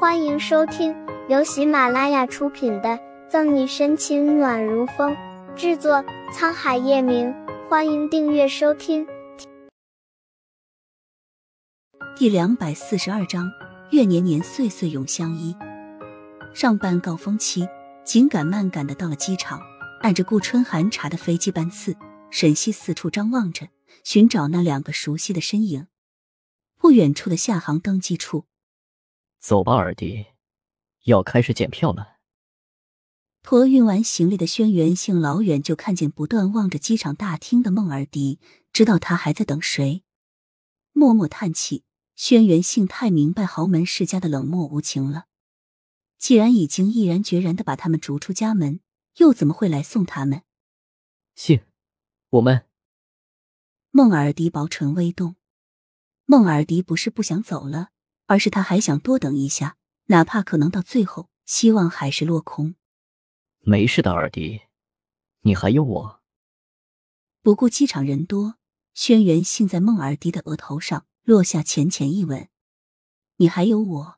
欢迎收听由喜马拉雅出品的《赠你深情暖如风》，制作沧海夜明。欢迎订阅收听。 第242章，月年年岁岁永相依。上班高峰期，紧赶慢赶的到了机场，按着顾春寒查的飞机班次，沈西四处张望着，寻找那两个熟悉的身影。不远处的下航登机处， 走吧，尔迪，要开始检票了。 托运完行李的轩辕杏老远就看见不断望着机场大厅的孟尔迪，知道他还在等谁，默默叹气。轩辕杏太明白豪门世家的冷漠无情了，既然已经毅然决然地把他们逐出家门，又怎么会来送他们？ 信，我们。 孟尔迪薄唇微动。孟尔迪不是不想走了，而是他还想多等一下，哪怕可能到最后希望还是落空。 没事的，尔迪，你还有我。 不顾机场人多，轩辕杏在孟尔迪的额头上落下浅浅一吻。你还有我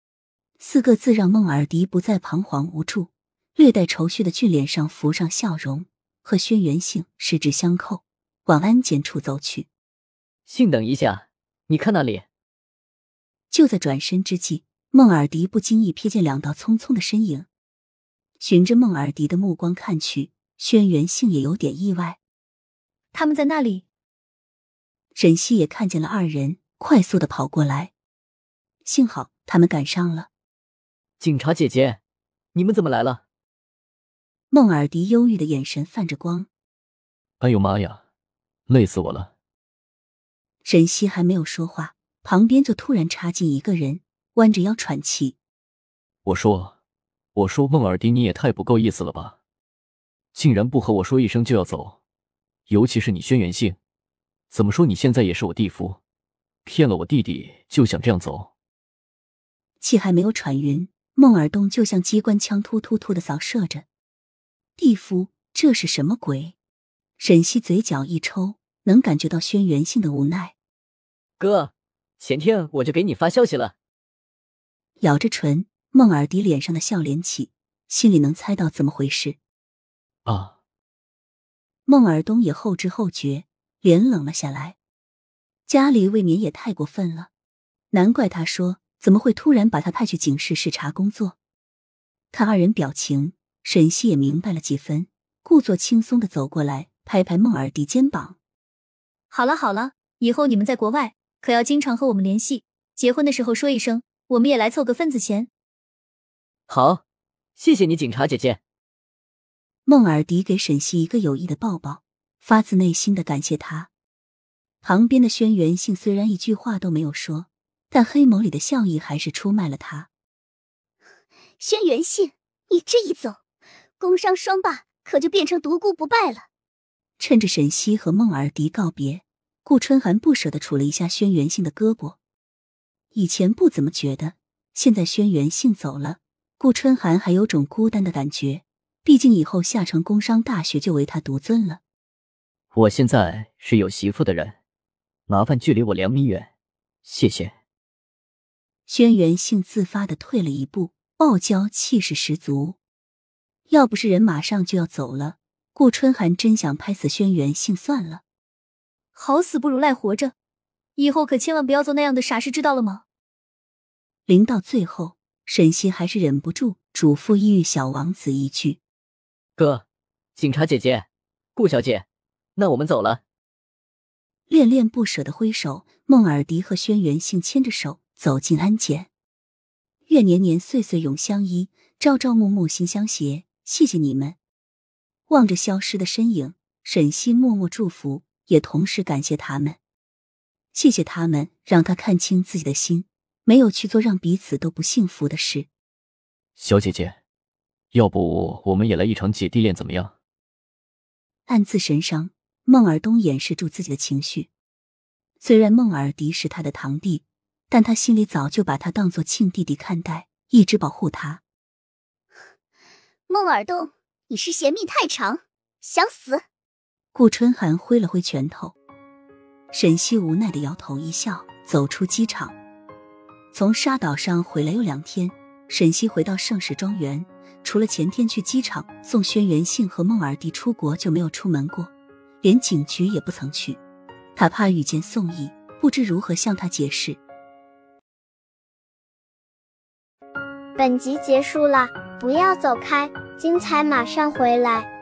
，4个字让孟尔迪不再彷徨无助，略带愁绪的俊脸上浮上笑容，和轩辕杏十指相扣，往安检处走去。 信，等一下，你看那里。 就在转身之际，孟尔迪不经意瞥见2道匆匆的身影，循着孟尔迪的目光看去，轩辕杏也有点意外。 他们在那里。 沈西也看见了2人，快速地跑过来。幸好他们赶上了。 警察姐姐，你们怎么来了？ 孟尔迪忧郁的眼神泛着光。 哎呦妈呀，累死我了。 沈西还没有说话，旁边就突然插进一个人，弯着腰喘气。 我说孟尔迪，你也太不够意思了吧，竟然不和我说一声就要走，尤其是你轩辕杏，怎么说你现在也是我弟夫，骗了我弟弟就想这样走。 气还没有喘匀，孟尔东就像机关枪突突突地扫射着。弟夫，这是什么鬼？沈西嘴角一抽，能感觉到轩辕杏的无奈。 哥，前天我就给你发消息了。 咬着唇，孟尔迪脸上的笑脸起，心里能猜到怎么回事。 啊！ 孟尔东也后知后觉，脸冷了下来。家里未免也太过分了，难怪他说怎么会突然把他派去警视视察工作。看2人表情，沈西也明白了几分，故作轻松地走过来，拍拍孟尔迪肩膀。 好了好了，以后你们在国外可要经常和我们联系，结婚的时候说一声，我们也来凑个份子钱。 好，谢谢你警察姐姐。 孟尔迪给沈西一个有意的抱抱，发自内心的感谢他。旁边的轩辕杏虽然一句话都没有说，但黑眸里的笑意还是出卖了他。 轩辕杏，你这一走，工商双霸可就变成独孤不败了。 趁着沈西和孟尔迪告别，顾春寒不舍地杵了一下轩辕杏的胳膊。以前不怎么觉得，现在轩辕杏走了，顾春寒还有种孤单的感觉，毕竟以后下城工商大学就唯他独尊了。 我现在是有媳妇的人，麻烦距离我2米远，谢谢。 轩辕杏自发地退了一步，傲娇气势十足。要不是人马上就要走了，顾春寒真想拍死轩辕杏算了。 好死不如赖活着，以后可千万不要做那样的傻事，知道了吗？ 临到最后，沈西还是忍不住嘱咐抑郁小王子一句： 哥，警察姐姐，顾小姐，那我们走了。 恋恋不舍的挥手，孟尔迪和轩辕杏牵着手走进安检。月年年岁岁永相依，朝朝暮暮心相携，谢谢你们。望着消失的身影，沈西默默祝福，也同时感谢他们。谢谢他们让他看清自己的心，没有去做让彼此都不幸福的事。 小姐姐，要不我们也来一场姐弟恋怎么样？ 暗自神伤，孟尔东掩饰住自己的情绪。虽然孟尔迪是他的堂弟，但他心里早就把他当作亲弟弟看待，一直保护他。 孟尔东，你是嫌命太长，想死？ 顾春寒挥了挥拳头。沈西无奈地摇头一笑，走出机场。 从沙岛上回来有2天，沈西回到盛世庄园，除了前天去机场送轩辕信和孟尔迪出国，就没有出门过，连警局也不曾去。他怕遇见宋义，不知如何向他解释。 本集结束了，不要走开，精彩马上回来。